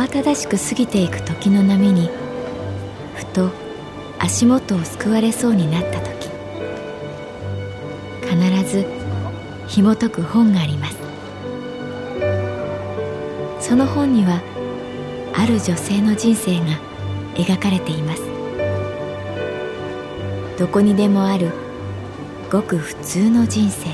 慌ただしく過ぎていく時の波にふと足元をすくわれそうになった時、必ず紐解く本があります。その本にはある女性の人生が描かれています。どこにでもあるごく普通の人生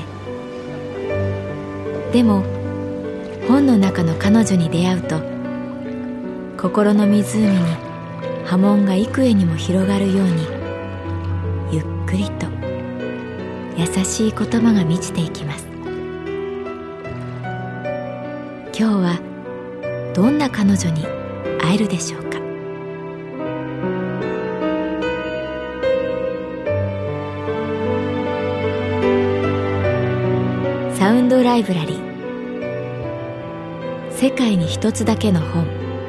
でも、本の中の彼女に出会うと心の湖に波紋が幾重にも広がるように、ゆっくりと優しい言葉が満ちていきます。今日はどんな彼女に会えるでしょうか。サウンドライブラリー、世界に一つだけの本。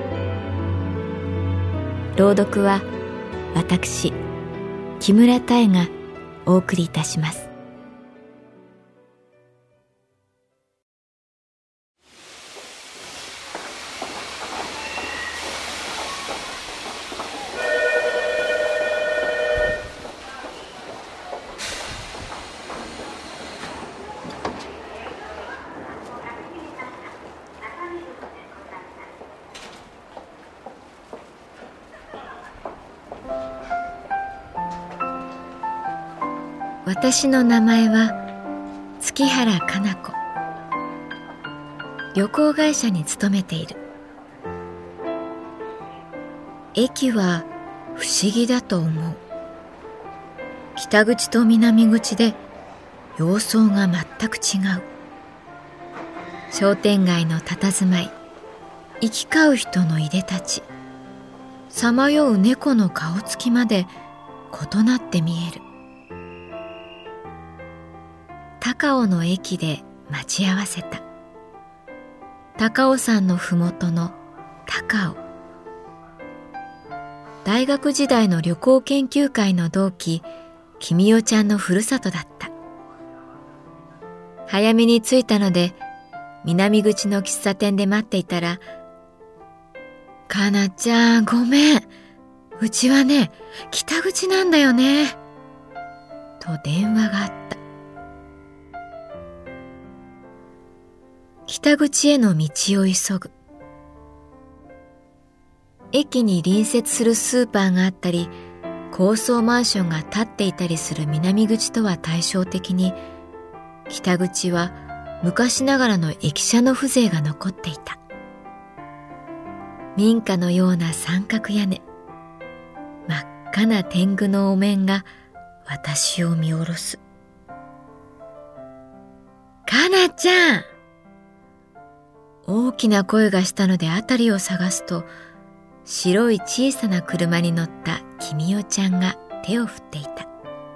朗読は私木村多江がお送りいたします。私の名前は月原かな子。旅行会社に勤めている。駅は不思議だと思う。北口と南口で様相が全く違う。商店街の佇まい、行き交う人のいでたち、さまよう猫の顔つきまで異なって見える。高尾の駅で待ち合わせた。高尾山のふもとの高尾。大学時代の旅行研究会の同期、君代ちゃんのふるさとだった。早めに着いたので、南口の喫茶店で待っていたら、かなちゃんごめん。うちはね、北口なんだよね。と電話があった。北口への道を急ぐ。駅に隣接するスーパーがあったり、高層マンションが建っていたりする南口とは対照的に、北口は昔ながらの駅舎の風情が残っていた。民家のような三角屋根、真っ赤な天狗のお面が私を見下ろす。かなちゃん！大きな声がしたので辺りを探すと、白い小さな車に乗った君代ちゃんが手を振っていた。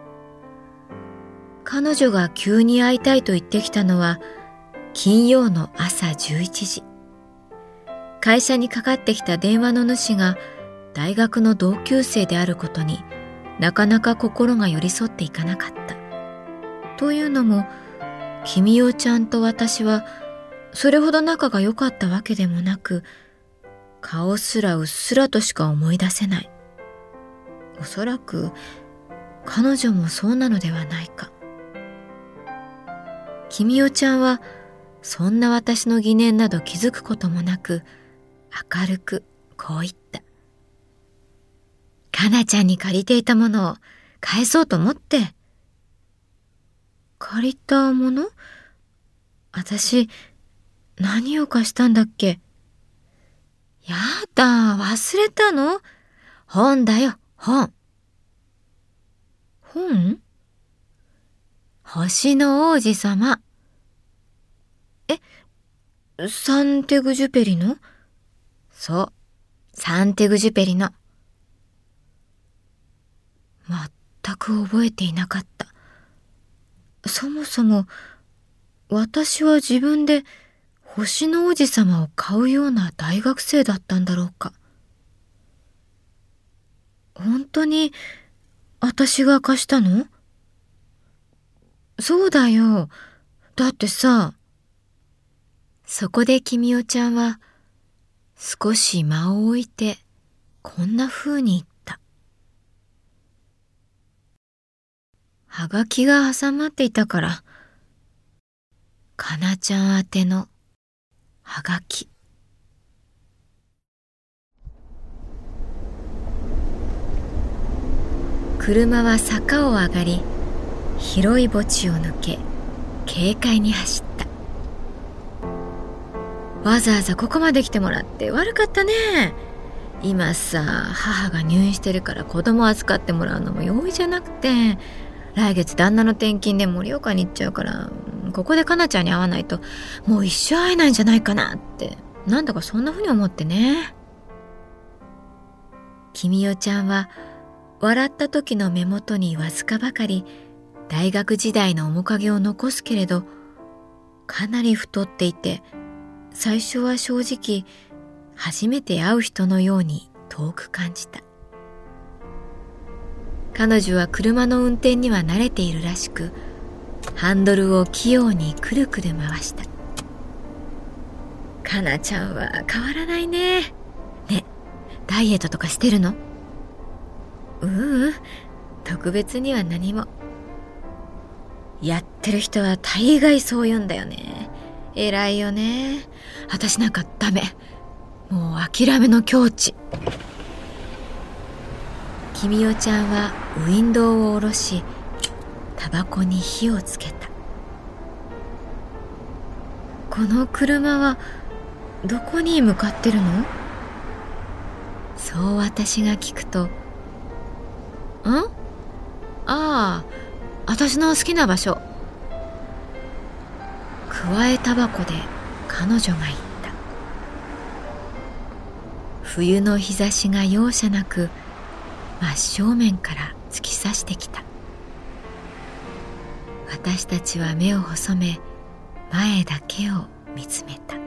彼女が急に会いたいと言ってきたのは金曜の朝11時。会社にかかってきた電話の主が大学の同級生であることになかなか心が寄り添っていかなかった。というのも、君代ちゃんと私はそれほど仲が良かったわけでもなく、顔すらうっすらとしか思い出せない。おそらく彼女もそうなのではないか。君代ちゃんはそんな私の疑念など気づくこともなく、明るくこう言った。かなちゃんに借りていたものを返そうと思って。借りたもの？私、何を貸したんだっけ？やだ、忘れたの？本だよ、本。本？星の王子様。サンテグジュペリの？そう、サンテグジュペリの。全く覚えていなかった。そもそも、私は自分で星の王子様を買うような大学生だったんだろうか。本当に私が貸したの？そうだよ。だってさ。そこで君代ちゃんは少し間を置いてこんな風に言った。はがきが挟まっていたから、かなちゃん宛てのはがき。車は坂を上がり、広い墓地を抜け、軽快に走った。わざわざここまで来てもらって悪かったね。今さ、母が入院してるから子供預かってもらうのも容易じゃなくて、来月旦那の転勤で盛岡に行っちゃうから、ここでかなちゃんに会わないともう一生会えないんじゃないかなって、なんだかそんな風に思ってね。君代ちゃんは笑った時の目元にわずかばかり大学時代の面影を残すけれど、かなり太っていて、最初は正直初めて会う人のように遠く感じた。彼女は車の運転には慣れているらしく、ハンドルを器用にくるくる回した。かなちゃんは変わらないね。ね、ダイエットとかしてるの？特別には何も。やってる人は大概そう言うんだよね。偉いよね。私なんかダメ。もう諦めの境地。君代ちゃんはウィンドウを下ろし、タバコに火をつけた。この車はどこに向かってるの？そう私が聞くと、私の好きな場所。くわえタバコで彼女が言った。冬の日差しが容赦なく真正面から突き刺してきた。私たちは目を細め、前だけを見つめた。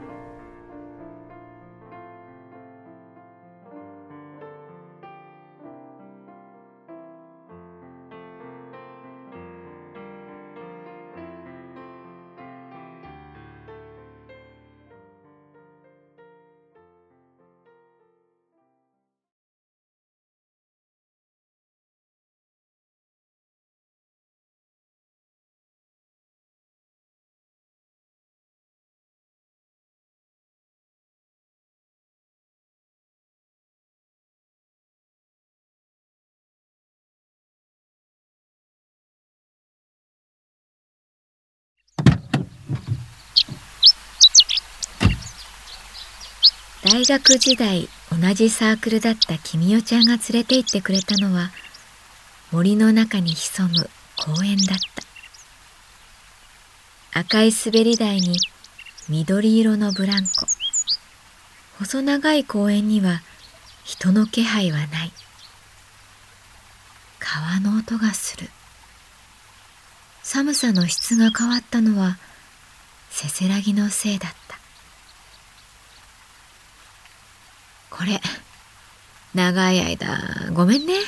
大学時代同じサークルだった君代ちゃんが連れて行ってくれたのは、森の中に潜む公園だった。赤い滑り台に緑色のブランコ。細長い公園には人の気配はない。川の音がする。寒さの質が変わったのはせせらぎのせいだった。これ、長い間ごめんね。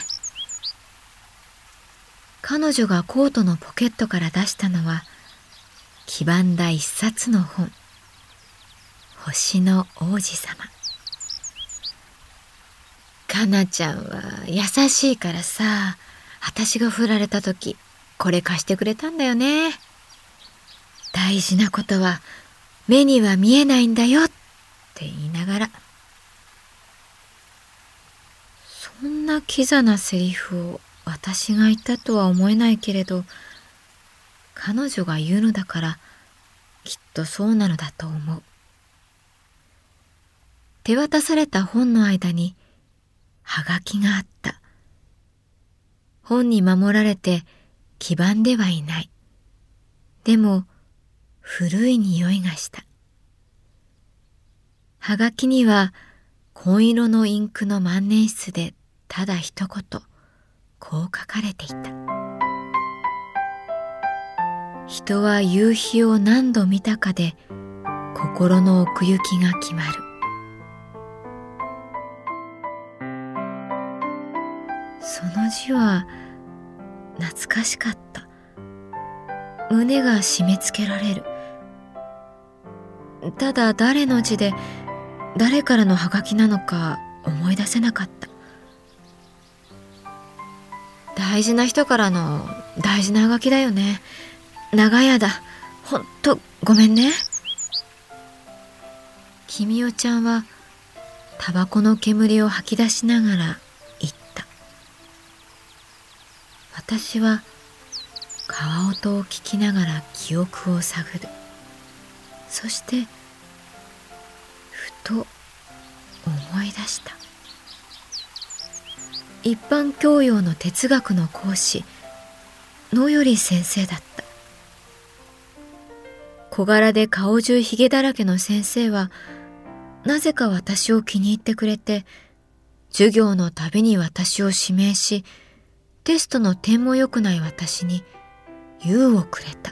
彼女がコートのポケットから出したのは黄ばんだ一冊の本。星の王子様。かなちゃんは優しいからさ、私が振られた時これ貸してくれたんだよね。大事なことは目には見えないんだよって言いながら。そんなキザなセリフを私が言ったとは思えないけれど、彼女が言うのだからきっとそうなのだと思う。手渡された本の間にはがきがあった。本に守られて黄ばんではいない。でも古い匂いがした。はがきには紺色のインクの万年筆でただ一言こう書かれていた。人は夕日を何度見たかで心の奥行きが決まる。その字は懐かしかった。胸が締め付けられる。ただ誰の字で誰からのハガキなのか思い出せなかった。大事な人からの大事なハガキだよね。長屋だ。ほんとごめんね。君代ちゃんはタバコの煙を吐き出しながら言った。私は川音を聞きながら記憶を探る。そしてふと思い出した。一般教養の哲学の講師野頼先生だった。小柄で顔中ひげだらけの先生はなぜか私を気に入ってくれて、授業のたびに私を指名し、テストの点も良くない私に優をくれた。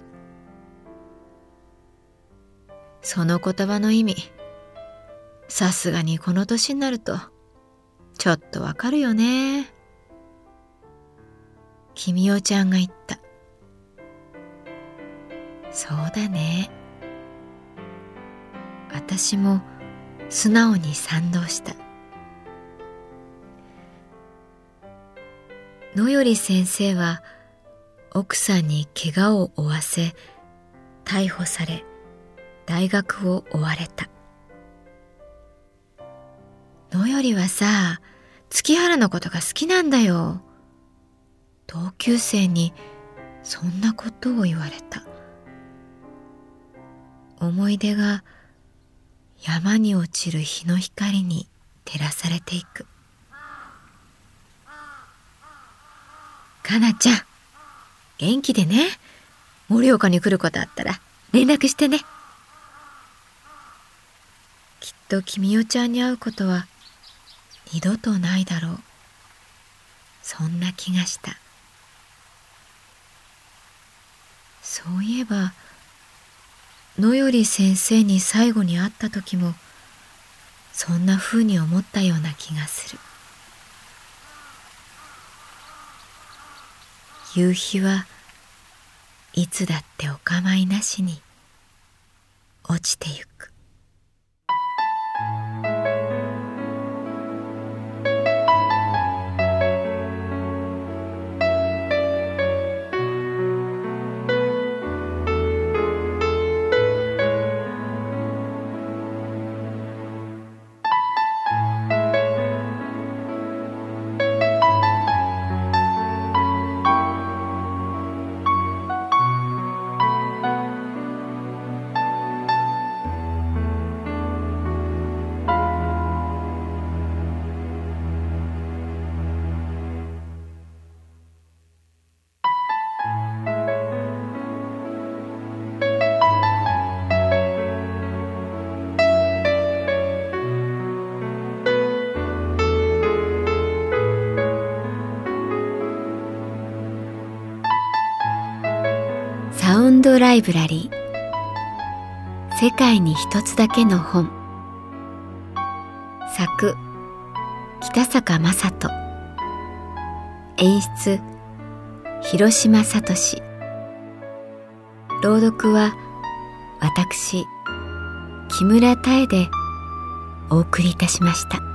その言葉の意味、さすがにこの年になるとちょっとわかるよね。君代ちゃんが言った。そうだね。私も素直に賛同した。野頼先生は奥さんに怪我を負わせ、逮捕され、大学を追われた。野頼はさ、月原のことが好きなんだよ。同級生にそんなことを言われた。思い出が山に落ちる日の光に照らされていく。かなちゃん、元気でね。盛岡に来ることあったら連絡してね。きっと君代ちゃんに会うことは二度とないだろう。そんな気がした。そういえば野頼先生に最後に会った時もそんなふうに思ったような気がする。夕日はいつだってお構いなしに落ちてゆく。サウンドライブラリー、世界に一つだけの本。作北坂雅人、演出広島聡、朗読は私木村多江でお送りいたしました。